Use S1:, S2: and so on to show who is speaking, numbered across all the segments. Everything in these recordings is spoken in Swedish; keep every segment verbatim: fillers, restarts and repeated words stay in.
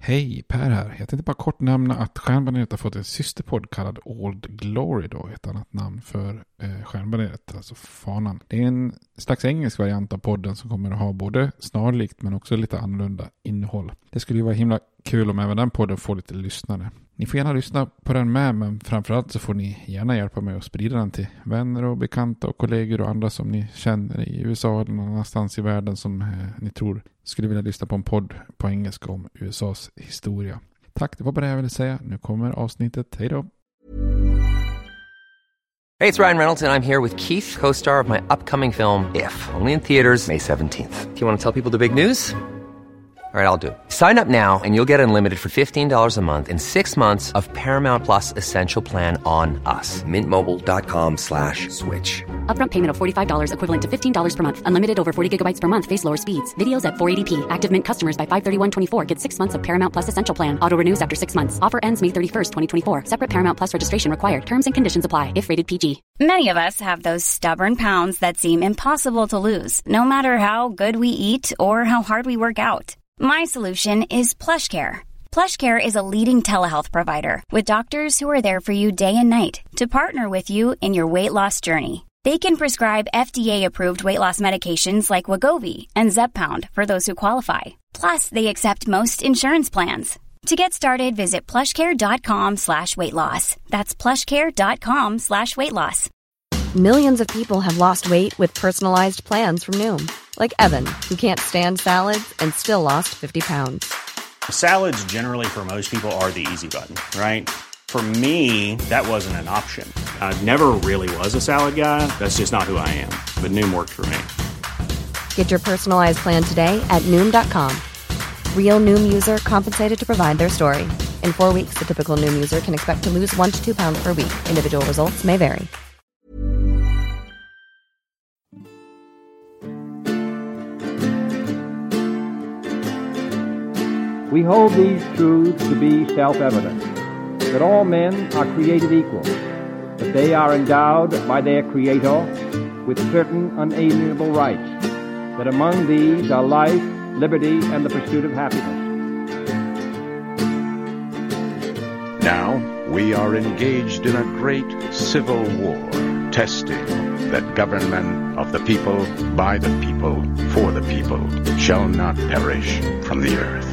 S1: Hej, Per här. Jag tänkte bara kort nämna att Stjärnbaneret har fått en systerpodd kallad Old Glory då, ett annat namn för eh, Stjärnbaneret, alltså fanan. Det är en slags engelsk variant av podden som kommer att ha både snarlikt men också lite annorlunda innehåll. Det skulle ju vara himla kul om även den podden får lite lyssnare. Ni får gärna lyssna på den med, men framförallt så får ni gärna hjälpa mig att sprida den till vänner och bekanta och kollegor och andra som ni känner i U S A eller någon annanstans i världen som eh, ni tror skulle vilja lyssna på en podd på engelska om U S A:s historia. Tack, det var bara det jag ville säga. Nu kommer avsnittet. Hej då!
S2: Hey, it's Ryan Reynolds and I'm here with Keith, co-star of my upcoming film, If, only in theaters May seventeenth. Do you want to tell people the big news? All right, I'll do it. Sign up now and you'll get unlimited for fifteen dollars a month and six months of Paramount Plus Essential Plan on us. Mint Mobile dot com slash switch.
S3: Upfront payment of forty-five dollars equivalent to fifteen dollars per month. Unlimited over forty gigabytes per month. Face lower speeds. Videos at four eighty p. Active Mint customers by five thirty-one twenty-four get six months of Paramount Plus Essential Plan. Auto renews after six months. Offer ends May thirty-first, twenty twenty-four. Separate Paramount Plus registration required. Terms and conditions apply if rated P G.
S4: Many of us have those stubborn pounds that seem impossible to lose, no matter how good we eat or how hard we work out. My solution is PlushCare. PlushCare is a leading telehealth provider with doctors who are there for you day and night to partner with you in your weight loss journey. They can prescribe F D A-approved weight loss medications like Wegovy and Zepbound for those who qualify. Plus, they accept most insurance plans. To get started, visit plushcare.com slash weight loss. That's plushcare.com slash weight loss.
S5: Millions of people have lost weight with personalized plans from Noom. Like Evan, who can't stand salads and still lost fifty pounds.
S6: Salads generally for most people are the easy button, right? For me, that wasn't an option. I never really was a salad guy. That's just not who I am. But Noom worked for me.
S5: Get your personalized plan today at Noom dot com. Real Noom user compensated to provide their story. In four weeks, the typical Noom user can expect to lose one to two pounds per week. Individual results may vary.
S7: We hold these truths to be self-evident, that all men are created equal, that they are endowed by their Creator with certain unalienable rights, that among these are life, liberty, and the pursuit of happiness.
S8: Now we are engaged in a great civil war, testing that government of the people, by the people, for the people, shall not perish from the earth.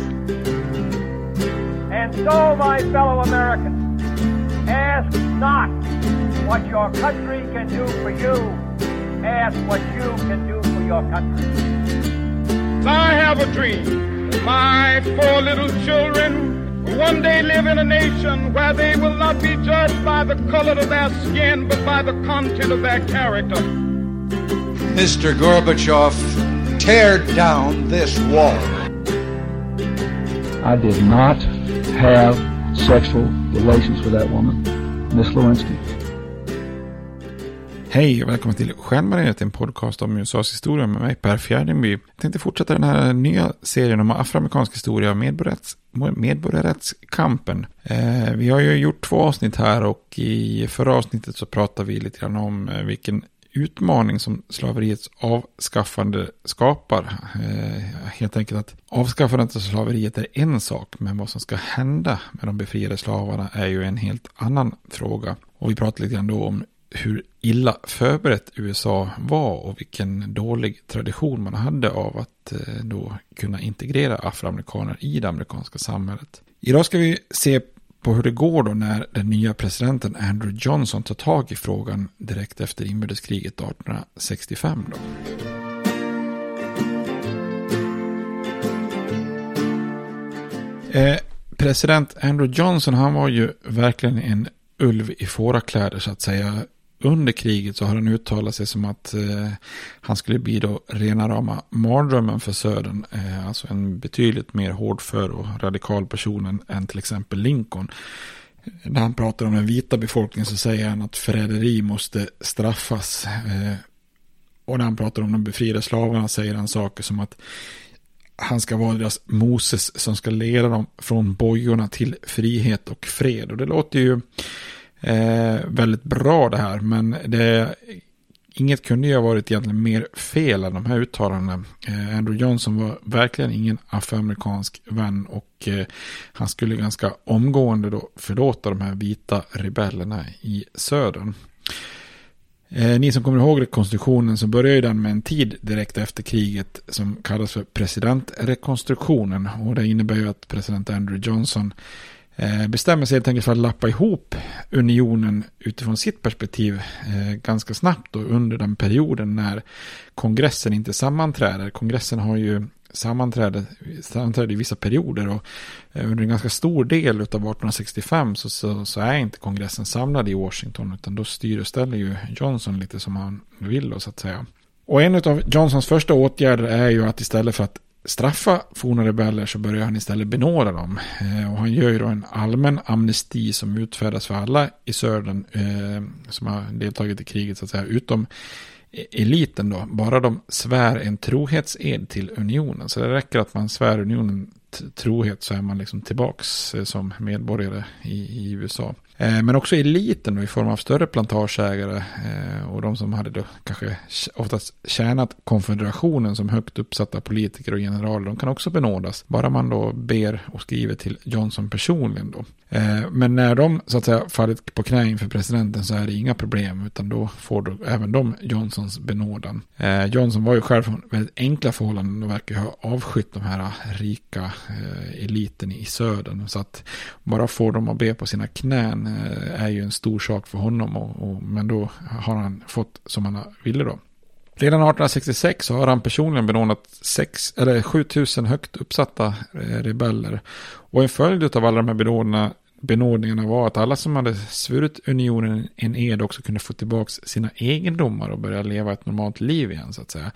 S9: And so, my fellow Americans, ask not what your country can do for you. Ask what you can do for your country.
S10: I have a dream that my four little children will one day live in a nation where they will not be judged by the color of their skin, but by the content of their character.
S11: Mister Gorbachev, tear down this wall.
S7: I did not have sexual relations with that woman, Miss Lewinsky.
S1: Hej och välkommen till Stjärnbaneret, en podcast om U S A:s historia med mig, Per Fjärdingby. Jag tänkte fortsätta den här nya serien om afroamerikansk historia och medborgarrätts, medborgarrättskampen. Eh, vi har ju gjort två avsnitt här och i förra avsnittet så pratade vi lite grann om eh, vilken utmaning som slaveriets avskaffande skapar. Eh, helt enkelt att avskaffandet av slaveriet är en sak, men vad som ska hända med de befriade slavarna är ju en helt annan fråga. Och vi pratade lite grann då om hur illa förberett U S A var och vilken dålig tradition man hade av att eh, då kunna integrera afroamerikaner i det amerikanska samhället. Idag ska vi se på hur det går då när den nya presidenten Andrew Johnson tar tag i frågan direkt efter inbördeskriget arton sextiofem då. Eh, president Andrew Johnson, han var ju verkligen en ulv i fårakläder så att säga. Under kriget så har han uttalat sig som att eh, han skulle bli då rena rama mardrömmen för södern. Eh, alltså en betydligt mer hårdför och radikal person än, än till exempel Lincoln. När han pratar om den vita befolkningen så säger han att förräderi måste straffas. Eh, och när han pratar om de befriade slavarna säger han saker som att han ska vara deras Moses som ska leda dem från bojorna till frihet och fred. Och det låter ju Eh, väldigt bra det här, men det inget kunde ju ha varit egentligen mer fel än de här uttalandena. Eh, Andrew Johnson var verkligen ingen afroamerikansk vän och eh, han skulle ganska omgående då förlåta de här vita rebellerna i södern. Eh, ni som kommer ihåg rekonstruktionen, så började den med en tid direkt efter kriget som kallas för presidentrekonstruktionen, och det innebär ju att president Andrew Johnson eh, bestämmer sig helt enkelt för att lappa ihop unionen utifrån sitt perspektiv eh, ganska snabbt då, under den perioden när kongressen inte sammanträder. Kongressen har ju sammanträde, sammanträde i vissa perioder, och eh, under en ganska stor del av arton sextiofem så, så, så är inte kongressen samlad i Washington, utan då styr och ställer ju Johnson lite som han vill då, så att säga. Och en av Johnsons första åtgärder är ju att istället för att straffa forna rebeller så börjar han istället benåda dem. Eh, och han gör ju då en allmän amnesti som utfärdas för alla i södern eh, som har deltagit i kriget, så att säga, utom eliten då. Bara de svär en trohetsed till unionen. Så det räcker att man svär unionen t- trohet, så är man liksom tillbaks eh, som medborgare i, i U S A. Eh, men också eliten då, i form av större plantageägare eh, och de som hade då kanske oftast tjänat konfederationen som högt uppsatta politiker och generaler, de kan också benådas. Bara man då ber och skriver till Johnson personligen då. Eh, men när de så att säga fallit på knä inför presidenten så är det inga problem, utan då får då även de Johnsons benådan. Eh, Johnson var ju själv från väldigt enkla förhållanden och verkar ha avskytt de här rika eh, eliten i södern, så att bara få dem att be på sina knän är ju en stor sak för honom, och, och, men då har han fått som han ville då. Redan arton sextiosex så har han personligen benådat sex, eller sjutusen högt uppsatta rebeller, och en följd av alla de här benådningarna benådningarna var att alla som hade svurit unionen en ed också kunde få tillbaka sina egendomar och börja leva ett normalt liv igen, så att säga.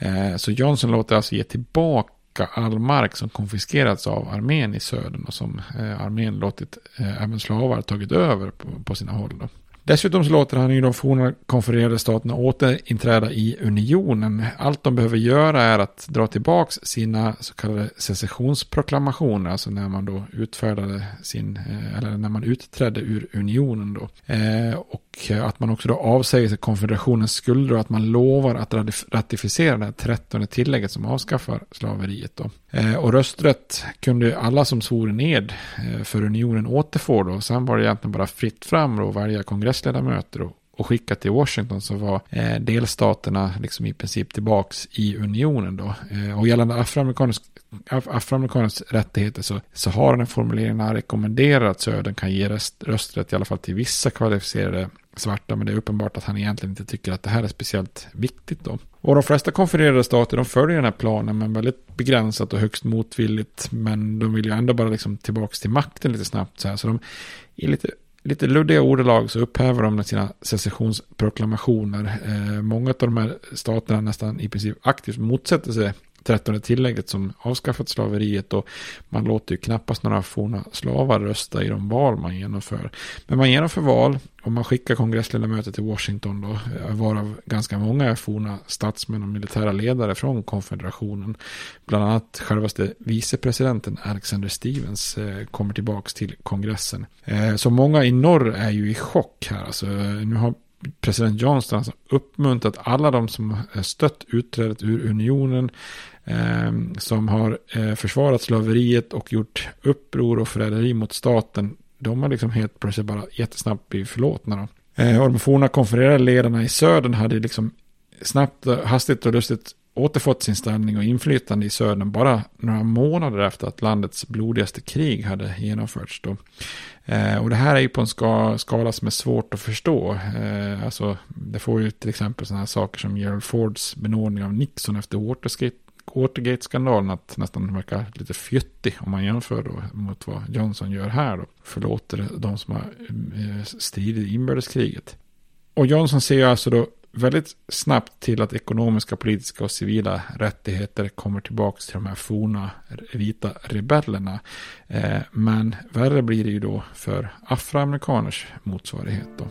S1: Så Johnson låter alltså ge tillbaka all mark som konfiskerats av armén i södern, och som eh, armén låtit eh, även slavar tagit över på, på sina håll då. Dessutom så låter han ju de forna konfererade staterna återinträda i unionen. Allt de behöver göra är att dra tillbaks sina så kallade secessionsproklamationer, alltså när man då utfärdade sin, eller när man utträdde ur unionen då. Eh, och att man också då avsäger sig konfederationens skulder, och att man lovar att ratificera det här trettonde tillägget som avskaffar slaveriet då. Eh, och rösträtt kunde alla som svor en ed eh, för unionen återfå då. Sen var det egentligen bara fritt fram då, varje kongressledamöter och, och skicka till Washington, så var eh, delstaterna liksom i princip tillbaks i unionen då. Eh, och gällande afroamerikansk afroamerikaners rättigheter så, så har den formuleringen rekommenderat att södern kan ge röst, rösträtt i alla fall till vissa kvalificerade svarta, men det är uppenbart att han egentligen inte tycker att det här är speciellt viktigt då. Och de flesta konfedererade stater, de följer den här planen, men väldigt begränsat och högst motvilligt, men de vill ju ändå bara liksom tillbaks till makten lite snabbt så här, så de är lite lite luddiga ordalag så upphäver de sina secessionsproklamationer. Eh, många av de här staterna nästan i princip aktivt motsätter sig trettonde tillägget som avskaffat slaveriet, och man låter ju knappast några forna slavar rösta i de val man genomför. Men man genomför val och man skickar kongressledamöter till Washington då, varav ganska många är forna statsmän och militära ledare från konfederationen. Bland annat självaste vicepresidenten Alexander Stevens eh, kommer tillbaks till kongressen. Eh, så många i norr är ju i chock här. Alltså, nu har president Johnson alltså uppmuntrat alla de som stött utträdet ur unionen, eh, som har eh, försvarat slaveriet och gjort uppror och förräderi mot staten. De har liksom helt plötsligt bara jättesnabbt blivit förlåtna då. Eh, och de forna konfererade ledarna i södern hade liksom snabbt, hastigt och lustigt återfått sin ställning och inflytande i södern bara några månader efter att landets blodigaste krig hade genomförts då. Eh, och det här är ju på en ska, skala som är svårt att förstå. Eh, alltså, det får ju till exempel sådana här saker som Gerald Fords benådning av Nixon efter Watergate, Watergate-skandalen att nästan verkar lite fjuttig om man jämför då mot vad Johnson gör här då. Förlåter de som har eh, stridit i inbördeskriget. Och Johnson ser alltså då väldigt snabbt till att ekonomiska, politiska och civila rättigheter kommer tillbaka till de här forna vita rebellerna. Eh, men värre blir det ju då för afroamerikaners motsvarighet då.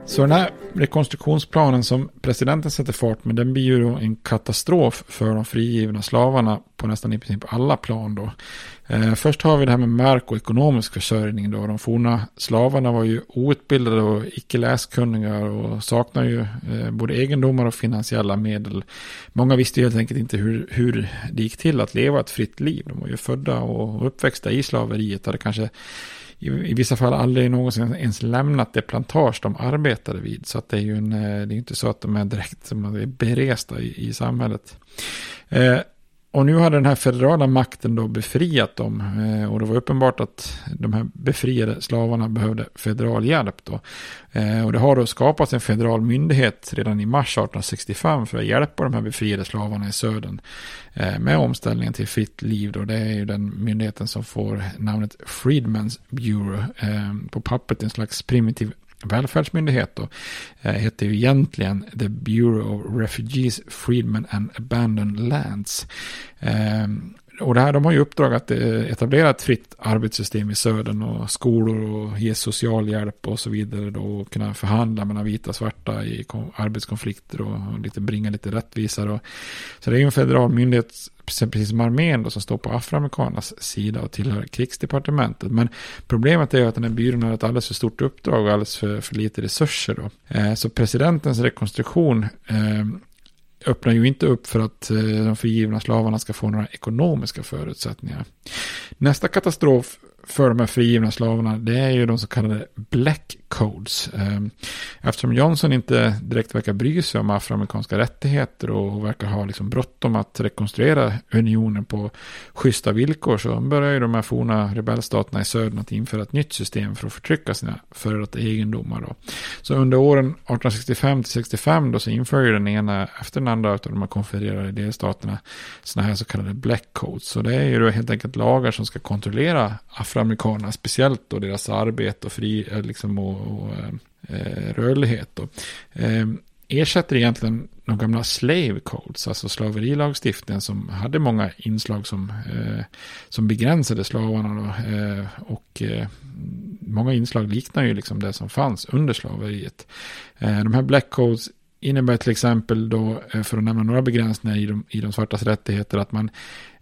S1: Så den här rekonstruktionsplanen som presidenten sätter fart med, den blir ju då en katastrof för de frigivna slavarna på nästan i princip alla plan då. Eh, först har vi det här med mark och ekonomisk försörjning då. De forna slavarna var ju outbildade och icke läskunniga och saknar ju eh, både egendomar och finansiella medel. Många visste ju helt enkelt inte hur, hur det gick till att leva ett fritt liv. De var ju födda och uppväxta i slaveriet, hade kanske i, i vissa fall aldrig någonsin ens lämnat det plantage de arbetade vid. Så att det är ju en, det är inte så att de är direkt som är beresta i, i samhället. Eh, Och nu hade den här federala makten då befriat dem, och det var uppenbart att de här befriade slavarna behövde federal hjälp då. Och det har då skapats en federal myndighet redan i mars arton sextiofem för att hjälpa de här befriade slavarna i södern med omställningen till fritt liv då. Det är ju den myndigheten som får namnet Freedmen's Bureau, på pappret en slags primitiv välfärdsmyndighet då, eh, heter ju egentligen The Bureau of Refugees, Freedmen and Abandoned Lands. Eh, och det här, de har ju uppdrag att eh, etablera ett fritt arbetssystem i södern och skolor och ge social hjälp och så vidare då, och kunna förhandla mellan vita och svarta i kom- arbetskonflikter och, och lite bringa lite rättvisa då. Så det är ju en federal myndighet, precis som armén då, som står på afroamerikanernas sida och tillhör krigsdepartementet. Men problemet är att den här byrån har ett alldeles för stort uppdrag och alldeles för, för lite resurser då. Eh, så presidentens rekonstruktion eh, öppnar ju inte upp för att eh, de frigivna slavarna ska få några ekonomiska förutsättningar. Nästa katastrof för de här frigivna slavarna, det är ju de så kallade Black Codes. Eftersom Johnson inte direkt verkar bry sig om afroamerikanska rättigheter och verkar ha liksom bråttom att rekonstruera unionen på schyssta villkor, så börjar ju de här forna rebellstaterna i södern att införa ett nytt system för att förtrycka sina före detta egendomar då. Så under åren arton sextiofem till sextiofem då så inför ju den ena efter den andra av de här konfedererade delstaterna såna här så kallade Black Codes. Så det är ju då helt enkelt lagar som ska kontrollera afroamerikanerna, speciellt då deras arbete och fri liksom och, och eh, rörlighet då. Eh, ersätter egentligen de gamla slave codes, alltså slaverilagstiftningen som hade många inslag som, eh, som begränsade slavarna då, eh, och eh, många inslag liknar ju liksom det som fanns under slaveriet. Eh, de här Black Codes innebär till exempel då, för att nämna några begränsningar i de, i de svartas rättigheter, att man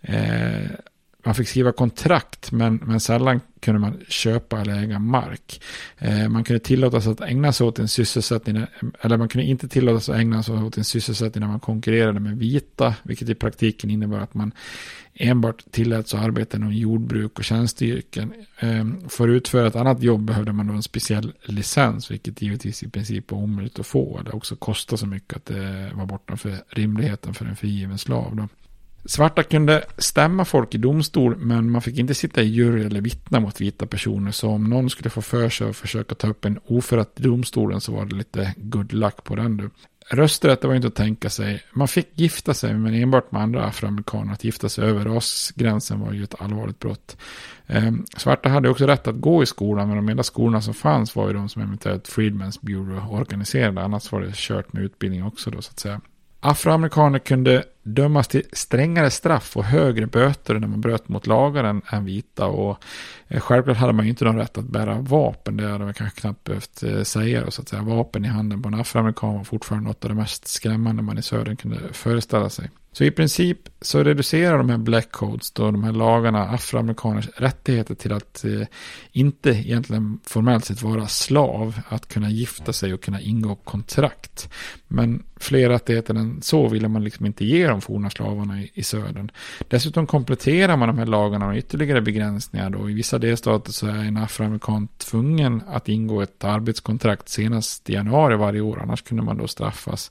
S1: eh, man fick skriva kontrakt, men, men sällan kunde man köpa eller äga mark. Eh, man kunde tillåtas att ägna sig åt en sysselsättning, eller man kunde inte tillåtas att ägna sig åt en sysselsättning när man konkurrerade med vita, vilket i praktiken innebär att man enbart tilläts att arbeta inom jordbruk och tjänsteyrken. Eh, för att utföra ett annat jobb behövde man då en speciell licens, vilket givetvis i princip var omöjligt att få. Det också kostade så mycket att det var bortanför rimligheten för en frigiven slav då. Svarta kunde stämma folk i domstol, men man fick inte sitta i jury eller vittna mot vita personer. Så om någon skulle få för sig att försöka ta upp en oförrätt i domstolen så var det lite good luck på den du. Rösträtt var inte att tänka sig. Man fick gifta sig, men enbart med andra afroamerikaner. Att gifta sig över rasgränsen var ju ett allvarligt brott. Svarta hade också rätt att gå i skolan, men de enda skolorna som fanns var ju de som eventuellt Freedmen's Bureau organiserade. Annars var det kört med utbildning också då, så att säga. Afroamerikaner kunde dömas till strängare straff och högre böter när man bröt mot lagar än, än vita, och eh, självklart hade man ju inte någon rätt att bära vapen. Det hade man kanske knappt behövt eh, säga då, så att säga. Vapen i handen på en afroamerikan var fortfarande något av det mest skrämmande man i södern kunde föreställa sig. Så i princip så reducerar de här Black Codes då, de här lagarna, afroamerikaners rättigheter till att eh, inte egentligen formellt sett vara slav, att kunna gifta sig och kunna ingå kontrakt. Men fler rättigheter än så ville man liksom inte ge de forna slavarna i, i södern. Dessutom kompletterar man de här lagarna med ytterligare begränsningar då. I vissa delstater så är en afroamerikan tvungen att ingå ett arbetskontrakt senast i januari varje år, annars kunde man då straffas.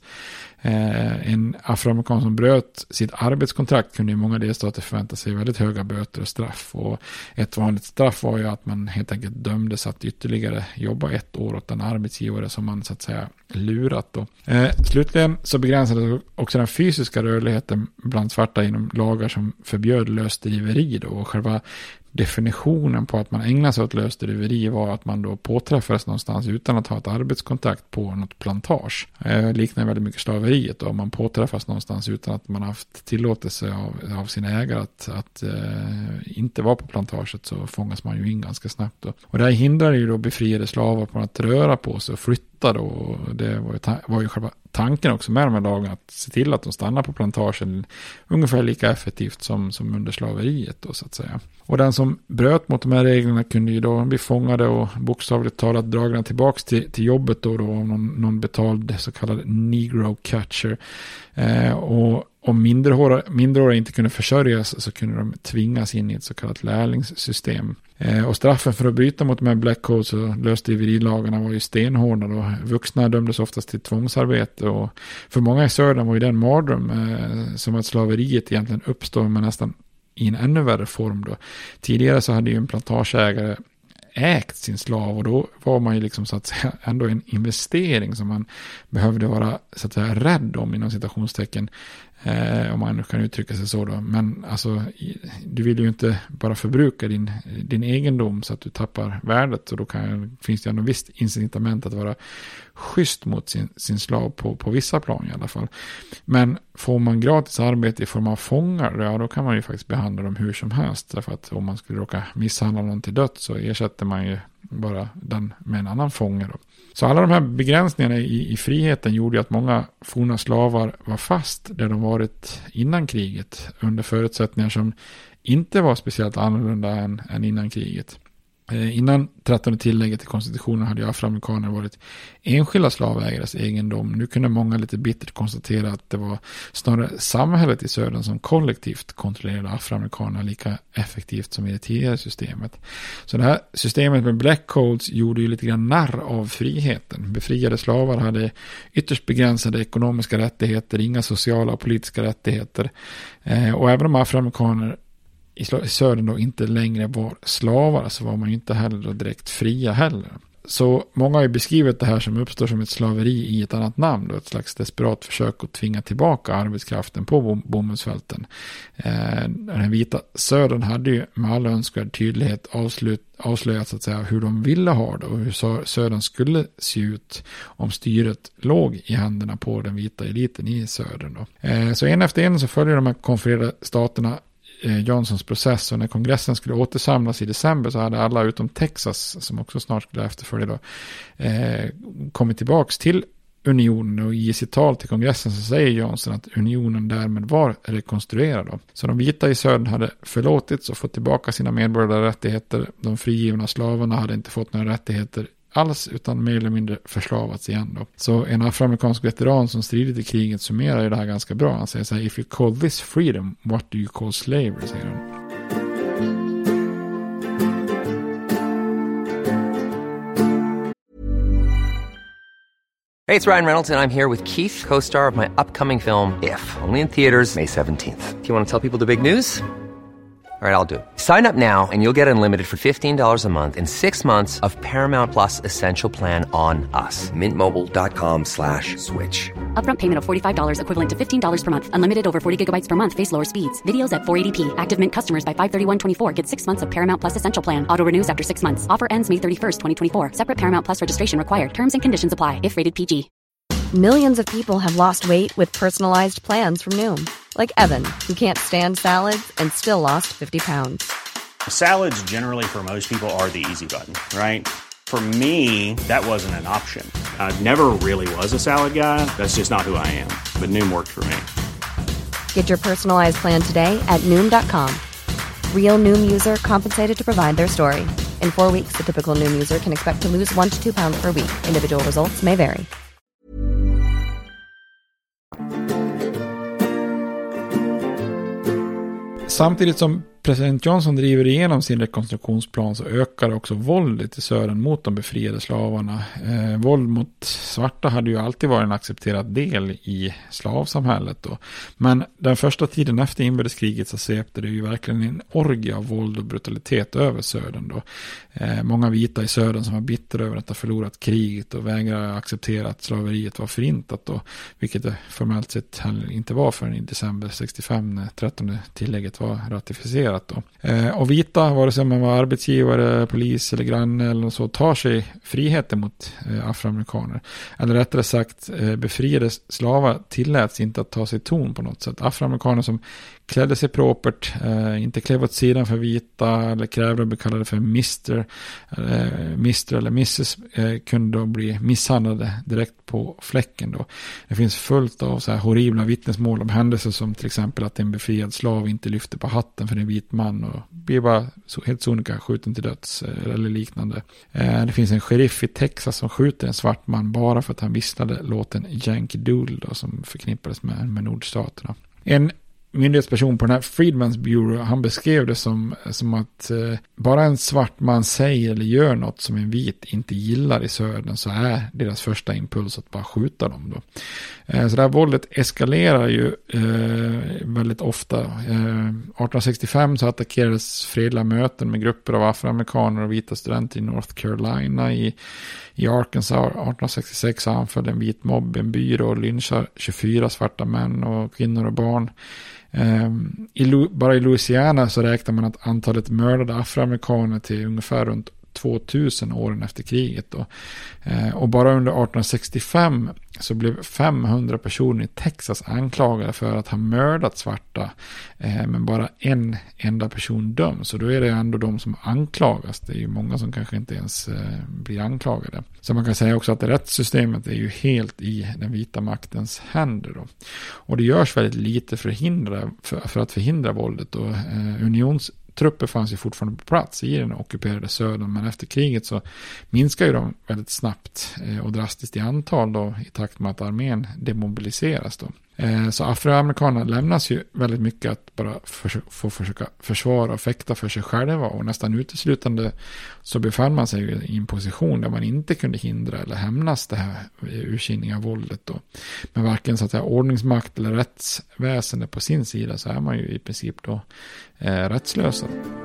S1: Eh, en afroamerikan som bröt sitt arbetskontrakt kunde i många delstater förvänta sig väldigt höga böter och straff, och ett vanligt straff var ju att man helt enkelt dömdes att ytterligare jobba ett år åt en arbetsgivare som man så att säga lurat då. Eh, slutligen så begränsades också den fysiska rörligheten bland svarta inom lagar som förbjöd lösdriveri då, och själva definitionen på att man ägnar sig åt lösdriveri var att man då påträffades någonstans utan att ha ett arbetskontakt på något plantage. Eh, liknar väldigt mycket slaveriet då. Man påträffas någonstans utan att man haft tillåtelse av, av sina ägare att, att eh, inte vara på plantaget, så fångas man ju in ganska snabbt då. Och det här hindrar ju då befriade slavar på att röra på sig och flytta flytta då. Och det var ju, ta- var ju själva tanken också med de här lagarna, att se till att de stannar på plantagen ungefär lika effektivt som, som under slaveriet då, så att säga. Och den som bröt mot de här reglerna kunde ju då bli fångade och bokstavligt talat dragna tillbaka till, till jobbet då, då av någon, någon betald så kallad negro catcher. Eh, och om mindreåriga, mindreåriga inte kunde försörjas så kunde de tvingas in i ett så kallat lärlingssystem. Eh, och straffen för att bryta mot de här black codes och lösdriverilagarna var ju stenhårda då. Vuxna dömdes oftast till tvångsarbete, och för många i södern var ju det en mardröm, eh, som att slaveriet egentligen uppstod med nästan i en ännu värre form då. Tidigare så hade ju en plantageägare ägt sin slav, och då var man ju liksom så att säga ändå en investering som man behövde vara så att säga rädd om inom citationstecken, eh, om man nu kan uttrycka sig så då. Men alltså, du vill ju inte bara förbruka din, din egendom så att du tappar värdet, och då kan, finns det ändå visst incitament att vara schysst mot sin, sin slav på, på vissa plan i alla fall. Men får man gratis arbete i form av fångar, ja, då kan man ju faktiskt behandla dem hur som helst. Därför att om man skulle råka misshandla någon till död så ersätter man ju bara den med en annan fånge då. Så alla de här begränsningarna i, i friheten gjorde ju att många forna slavar var fast där de varit innan kriget, under förutsättningar som inte var speciellt annorlunda än, än innan kriget. Innan trettonde tillägget till konstitutionen hade ju afroamerikaner varit enskilda slavägares egendom. Nu kunde många lite bittert konstatera att det var snarare samhället i södern som kollektivt kontrollerade afroamerikaner lika effektivt som i det tidigare systemet. Så det här systemet med black codes gjorde ju lite grann narr av friheten. Befriade slavar hade ytterst begränsade ekonomiska rättigheter, inga sociala och politiska rättigheter. Eh, och även om afroamerikaner i södern då inte längre var slavar, så var man ju inte heller direkt fria heller. Så många har ju beskrivit det här som uppstår som ett slaveri i ett annat namn då, ett slags desperat försök att tvinga tillbaka arbetskraften på bomullsfälten. Eh, den vita södern hade ju med all önskvärd tydlighet avslut, avslöjat så att säga hur de ville ha det och hur södern skulle se ut om styret låg i händerna på den vita eliten i södern då. Eh, så en efter en så följer de här konfererade staterna Johnsons process, och när kongressen skulle återsamlas i december så hade alla utom Texas, som också snart skulle efterfölja då, eh, kommit tillbaks till unionen, och i sitt tal till kongressen så säger Johnson att unionen därmed var rekonstruerad då. Så de vita i södern hade förlåtits och fått tillbaka sina medborgerliga rättigheter. De frigivna slavarna hade inte fått några rättigheter alls, utan mer eller mindre förslavats igen då. Så en afroamerikansk veteran som stridit i kriget summerar ju det här ganska bra. Han säger så här: if you call this freedom, what do you call slavery, säger han.
S2: Hey, it's Ryan Reynolds, and I'm here with Keith, co-star of my upcoming film, If, only in theaters May seventeenth. Do you want to tell people the big news? All right, I'll do it. Sign up now and you'll get unlimited for fifteen dollars a month and six months of Paramount Plus Essential Plan on us. Mint Mobile dot com slash switch.
S3: Upfront payment of forty-five dollars equivalent to fifteen dollars per month. Unlimited over forty gigabytes per month. Face lower speeds. Videos at four eighty p. Active Mint customers by five thirty-one twenty-four get six months of Paramount Plus Essential Plan. Auto renews after six months. Offer ends May thirty-first, twenty twenty-four. Separate Paramount Plus registration required. Terms and conditions apply if rated P G.
S5: Millions of people have lost weight with personalized plans from Noom. Like Evan, who can't stand salads and still lost fifty pounds.
S6: Salads generally for most people are the easy button, right? For me, that wasn't an option. I never really was a salad guy. That's just not who I am. But Noom worked for me.
S5: Get your personalized plan today at Noom dot com. Real Noom user compensated to provide their story. In four weeks, the typical Noom user can expect to lose one to two pounds per week. Individual results may vary.
S1: Samtidigt som president Johnson driver igenom sin rekonstruktionsplan så ökar också våldet i södern mot de befriade slavarna. Eh, våld mot svarta hade ju alltid varit en accepterad del i slavsamhället då. Men den första tiden efter inbördeskriget så svepte det ju verkligen en orgie av våld och brutalitet över södern då. Eh, många vita i södern som var bitter över att ha förlorat kriget och vägrade acceptera att slaveriet var förintat då, vilket det formellt sett inte var förrän i december sextiofem när trettonde tillägget var ratificerat. etablerat då. Eh, och vita, vare sig man var arbetsgivare, polis eller granne eller så, tar sig friheten mot eh, afroamerikaner. Eller rättare sagt, eh, befriade slavar tilläts inte att ta sig ton på något sätt. Afroamerikaner som klädde sig propert, eh, inte klev åt sidan för vita eller krävde att bli kallade för mister, eh, mister eller missus eh, kunde då bli misshandlade direkt på fläcken då. Det finns fullt av så här horribla vittnesmål om händelser som till exempel att en befriad slav inte lyfter på hatten för en vit man och blir bara så, helt sonika skjuten till döds eh, eller liknande. Eh, det finns en sheriff i Texas som skjuter en svart man bara för att han visslade låten Yankee Doodle då, som förknippades med, med nordstaterna. En myndighetsperson på den här Freedmen's Bureau, han beskrev det som, som att eh, bara en svart man säger eller gör något som en vit inte gillar i södern, så är deras första impuls att bara skjuta dem då. Eh, så det här våldet eskalerar ju eh, väldigt ofta. Eh, arton sextiofem så attackerades fredliga möten med grupper av afroamerikaner och vita studenter i North Carolina. I, i Arkansas arton sextiosex så anföll en vit mobb en byrå och lynchade tjugofyra svarta män och kvinnor och barn. Um, i Lu- bara i Louisiana så räknar man att antalet mördade afroamerikaner till ungefär runt tvåtusen åren efter kriget då. Uh, och bara under arton sextiofem så blev femhundra personer i Texas anklagade för att ha mördat svarta, uh, men bara en enda person döms. Så då är det ändå de som anklagas. Det är ju många som kanske inte ens uh, blir anklagade. Så man kan säga också att rättssystemet är ju helt i den vita maktens händer då. Och det görs väldigt lite för att förhindra, för, för att förhindra våldet och uh, unions trupper fanns ju fortfarande på plats i den ockuperade södern, men efter kriget så minskar ju de väldigt snabbt eh, och drastiskt i antal då, i takt med att armén demobiliseras då. Eh, så afroamerikanerna lämnas ju väldigt mycket att bara för, få försöka försvara och fäkta för sig själva, och nästan uteslutande så befann man sig i en position där man inte kunde hindra eller hämnas det här ursinniga våldet då. Men varken så att säga ordningsmakt eller rättsväsende på sin sida, så är man ju i princip då eh, rättslösa.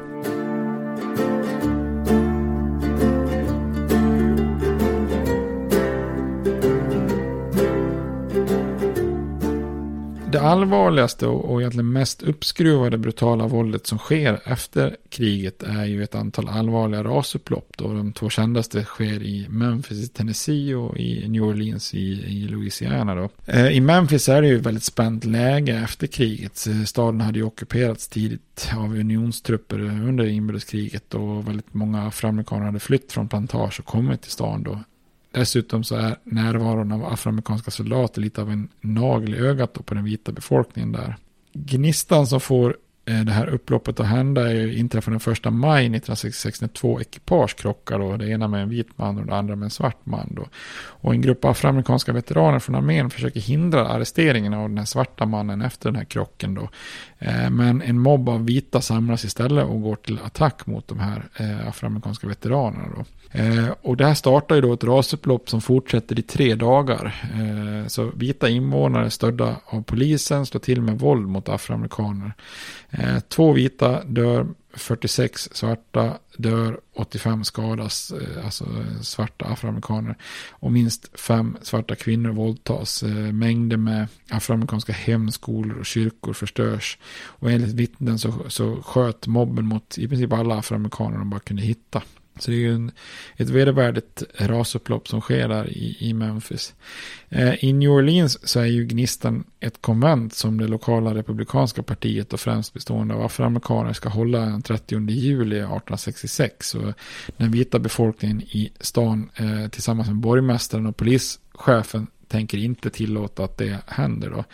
S1: Det allvarligaste och egentligen mest uppskruvade brutala våldet som sker efter kriget är ju ett antal allvarliga rasupplopp då. De två kändaste sker i Memphis i Tennessee och i New Orleans i, i Louisiana då. I Memphis är det ju ett väldigt spänt läge efter kriget. Staden hade ju ockuperats tidigt av unionstrupper under inbördeskriget och väldigt många afroamerikaner hade flytt från plantage och kommit till stan då. Dessutom så är närvaron av afroamerikanska soldater lite av en nagel i ögat på den vita befolkningen där. Gnistan som får det här upploppet att hända är ju inträffade den första maj nittonhundrasextiosex när två ekipage krockar då, det ena med en vit man och det andra med en svart man då. Och en grupp afroamerikanska veteraner från armén försöker hindra arresteringen av den här svarta mannen efter den här krocken då. Men en mobb av vita samlas istället och går till attack mot de här afroamerikanska veteranerna då. Eh, och det här startar ju då ett rasupplopp som fortsätter i tre dagar. Eh, så vita invånare stödda av polisen slår till med våld mot afroamerikaner. Eh, två vita dör, fyrtiosex svarta dör, åttiofem skadas, eh, alltså svarta afroamerikaner. Och minst fem svarta kvinnor våldtas. Eh, mängder med afroamerikanska hem, skolor och kyrkor förstörs. Och enligt vittnen så, så sköt mobben mot i princip alla afroamerikaner de bara kunde hitta. Så det är ju en, ett vedervärdigt rasupplopp som sker där i, i Memphis. Eh, I New Orleans så är ju gnistan ett konvent som det lokala republikanska partiet och främst bestående av afroamerikaner ska hålla den trettionde juli arton sextiosex. Och den vita befolkningen i stan eh, tillsammans med borgmästaren och polischefen tänker inte tillåta att det händer då.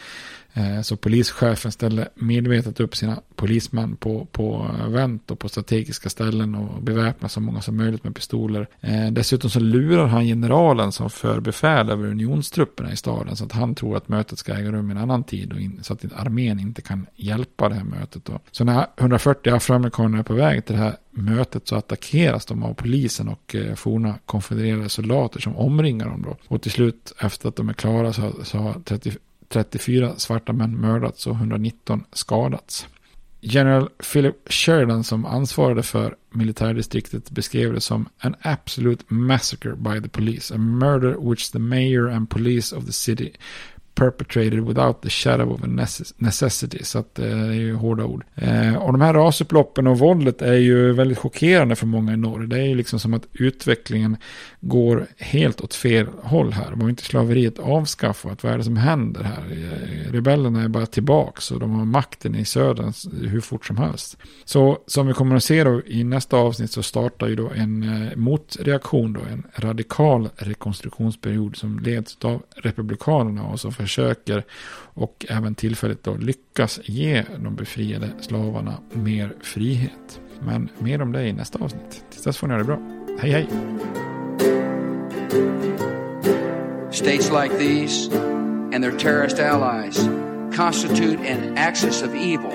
S1: Så polischefen ställer medvetet upp sina polismän på, på vänt och på strategiska ställen och beväpnar så många som möjligt med pistoler. Eh, dessutom så lurar han generalen som för befäl över unionstrupperna i staden så att han tror att mötet ska äga rum i en annan tid och in, så att armén inte kan hjälpa det här mötet då. Så när hundrafyrtio afroamerikaner är på väg till det här mötet så attackeras de av polisen och eh, forna konfedererade soldater som omringar dem då. Och till slut efter att de är klara så, så har trettio trettiofyra svarta män mördats och etthundranitton skadats. General Philip Sheridan som ansvarade för militärdistriktet beskrev det som an absolute massacre by the police, a murder which the mayor and police of the city perpetrated without the shadow of a necessity. Så att, eh, det är ju hårda ord. Eh, och de här rasupploppen och våldet är ju väldigt chockerande för många i norr. Det är ju liksom som att utvecklingen går helt åt fel håll här. Var inte slaveriet avskaffat? Vad är det som händer här? Rebellerna är bara tillbaka och de har makten i södern hur fort som helst. Så som vi kommer att se då i nästa avsnitt så startar ju då en eh, motreaktion då, en radikal rekonstruktionsperiod som leds av republikanerna och som försöker och även tillfälligt då lyckas ge de befriade slavarna mer frihet. Men mer om det i nästa avsnitt. Tills dess får ni ha det bra. Hej hej!
S12: States like these and their terrorist allies constitute an axis of evil.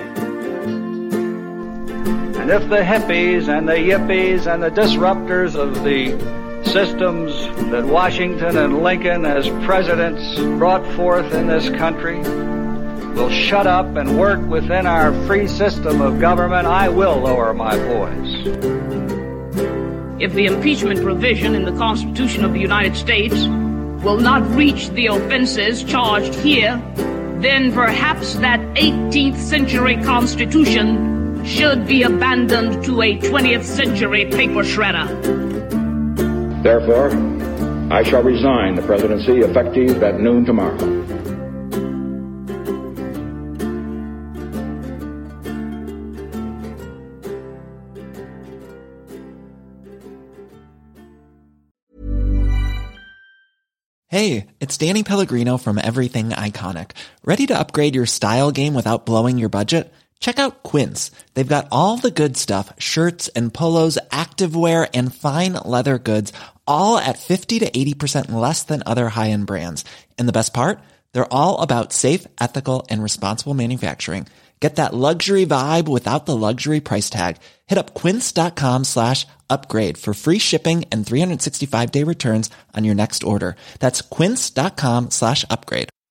S7: And if the hippies and the yippies and the disruptors of the systems that Washington and Lincoln as presidents brought forth in this country will shut up and work within our free system of government, I will lower my voice.
S13: If the impeachment provision in the Constitution of the United States will not reach the offenses charged here, then perhaps that eighteenth century Constitution should be abandoned to a twentieth century paper shredder.
S8: Therefore, I shall resign the presidency effective at noon tomorrow.
S14: Hey, it's Danny Pellegrino from Everything Iconic. Ready to upgrade your style game without blowing your budget? Check out Quince. They've got all the good stuff, shirts and polos, activewear, and fine leather goods, all at fifty to eighty percent less than other high-end brands. And the best part? They're all about safe, ethical, and responsible manufacturing. Get that luxury vibe without the luxury price tag. Hit up quince.com slash upgrade for free shipping and three sixty-five day returns on your next order. That's quince.com slash upgrade.